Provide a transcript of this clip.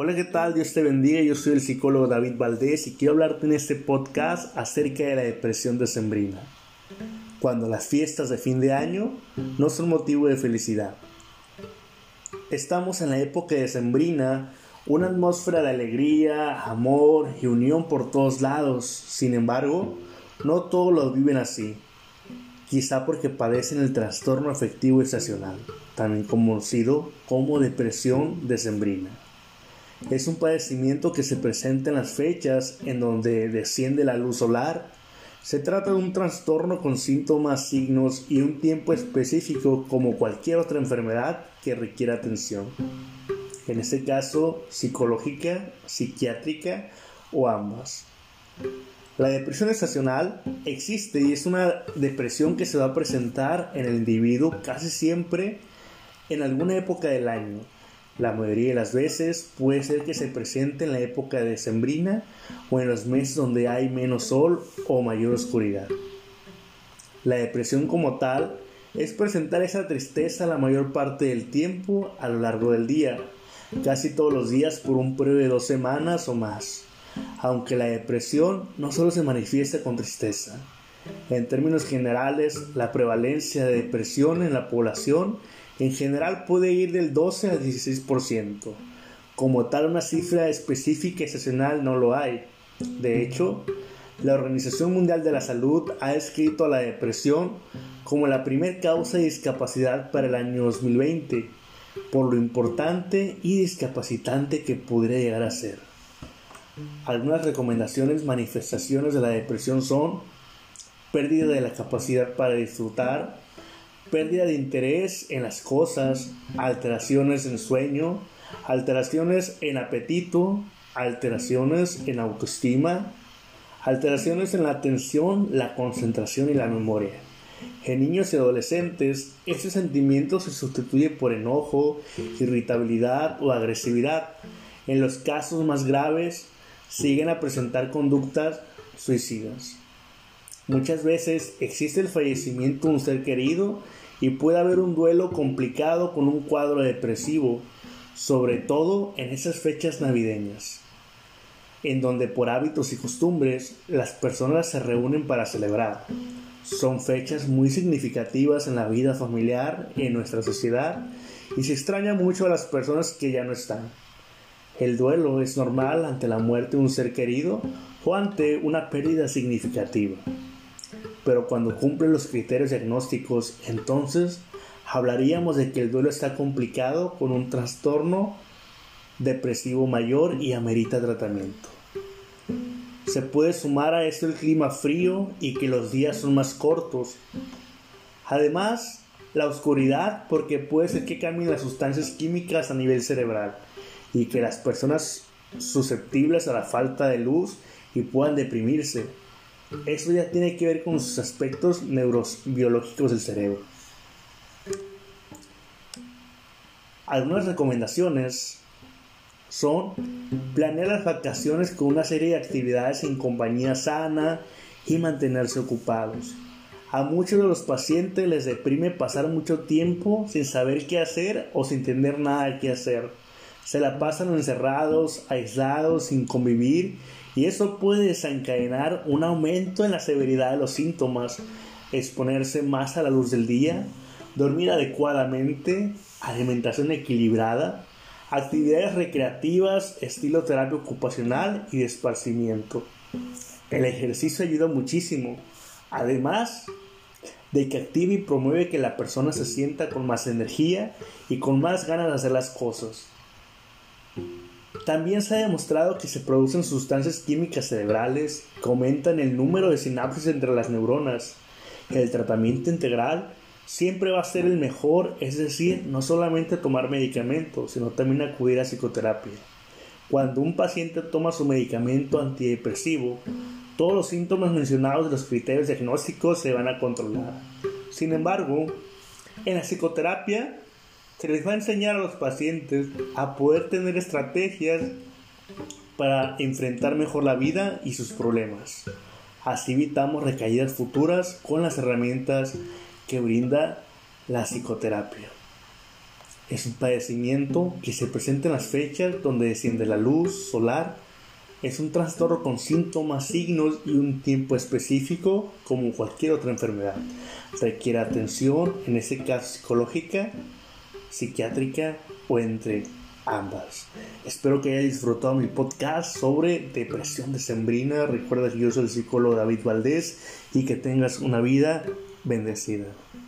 Hola, ¿qué tal? Dios te bendiga. Yo soy el psicólogo David Valdés y quiero hablarte en este podcast acerca de la depresión decembrina, cuando las fiestas de fin de año no son motivo de felicidad. Estamos en la época decembrina, una atmósfera de alegría, amor y unión por todos lados. Sin embargo, no todos lo viven así, quizá porque padecen el trastorno afectivo estacional, también conocido como depresión decembrina. Es un padecimiento que se presenta en las fechas en donde desciende la luz solar. Se trata de un trastorno con síntomas, signos y un tiempo específico como cualquier otra enfermedad que requiera atención. En este caso, psicológica, psiquiátrica o ambas. La depresión estacional existe y es una depresión que se va a presentar en el individuo casi siempre en alguna época del año. La mayoría de las veces puede ser que se presente en la época decembrina o en los meses donde hay menos sol o mayor oscuridad. La depresión como tal es presentar esa tristeza la mayor parte del tiempo a lo largo del día, casi todos los días por un periodo de 2 semanas o más. Aunque la depresión no solo se manifiesta con tristeza. En términos generales, la prevalencia de depresión en la población en general puede ir del 12 al 16%. Como tal, una cifra específica y estacional no lo hay. De hecho, la Organización Mundial de la Salud ha descrito a la depresión como la primera causa de discapacidad para el año 2020, por lo importante y discapacitante que podría llegar a ser. Algunas recomendaciones, manifestaciones de la depresión son pérdida de la capacidad para disfrutar, pérdida de interés en las cosas, alteraciones en sueño, alteraciones en apetito, alteraciones en autoestima, alteraciones en la atención, la concentración y la memoria. En niños y adolescentes, este sentimiento se sustituye por enojo, irritabilidad o agresividad. En los casos más graves, siguen a presentar conductas suicidas. Muchas veces existe el fallecimiento de un ser querido y puede haber un duelo complicado con un cuadro depresivo, sobre todo en esas fechas navideñas, en donde por hábitos y costumbres las personas se reúnen para celebrar. Son fechas muy significativas en la vida familiar, en nuestra sociedad, y se extraña mucho a las personas que ya no están. El duelo es normal ante la muerte de un ser querido o ante una pérdida significativa. Pero cuando cumplen los criterios diagnósticos, entonces hablaríamos de que el duelo está complicado con un trastorno depresivo mayor y amerita tratamiento. Se puede sumar a esto el clima frío y que los días son más cortos. Además, la oscuridad, porque puede ser que cambien las sustancias químicas a nivel cerebral y que las personas susceptibles a la falta de luz y puedan deprimirse. Eso ya tiene que ver con sus aspectos neurobiológicos del cerebro. Algunas recomendaciones son planear las vacaciones con una serie de actividades en compañía sana y mantenerse ocupados. A muchos de los pacientes les deprime pasar mucho tiempo sin saber qué hacer o sin tener nada de qué hacer. Se la pasan encerrados, aislados, sin convivir, y eso puede desencadenar un aumento en la severidad de los síntomas, exponerse más a la luz del día, dormir adecuadamente, alimentación equilibrada, actividades recreativas, estilo terapia ocupacional y de esparcimiento. El ejercicio ayuda muchísimo, además de que activa y promueve que la persona se sienta con más energía y con más ganas de hacer las cosas. También se ha demostrado que se producen sustancias químicas cerebrales que aumentan el número de sinapsis entre las neuronas. El tratamiento integral siempre va a ser el mejor, es decir, no solamente tomar medicamentos, sino también acudir a psicoterapia. Cuando un paciente toma su medicamento antidepresivo, todos los síntomas mencionados de los criterios diagnósticos se van a controlar. Sin embargo, en la psicoterapia se les va a enseñar a los pacientes a poder tener estrategias para enfrentar mejor la vida y sus problemas. Así evitamos recaídas futuras con las herramientas que brinda la psicoterapia. Es un padecimiento que se presenta en las fechas donde desciende la luz solar. Es un trastorno con síntomas, signos y un tiempo específico como cualquier otra enfermedad. Requiere atención, en este caso psicológica, psiquiátrica o entre ambas. Espero que hayas disfrutado mi podcast sobre depresión decembrina. Recuerda que yo soy el psicólogo David Valdés y que tengas una vida bendecida.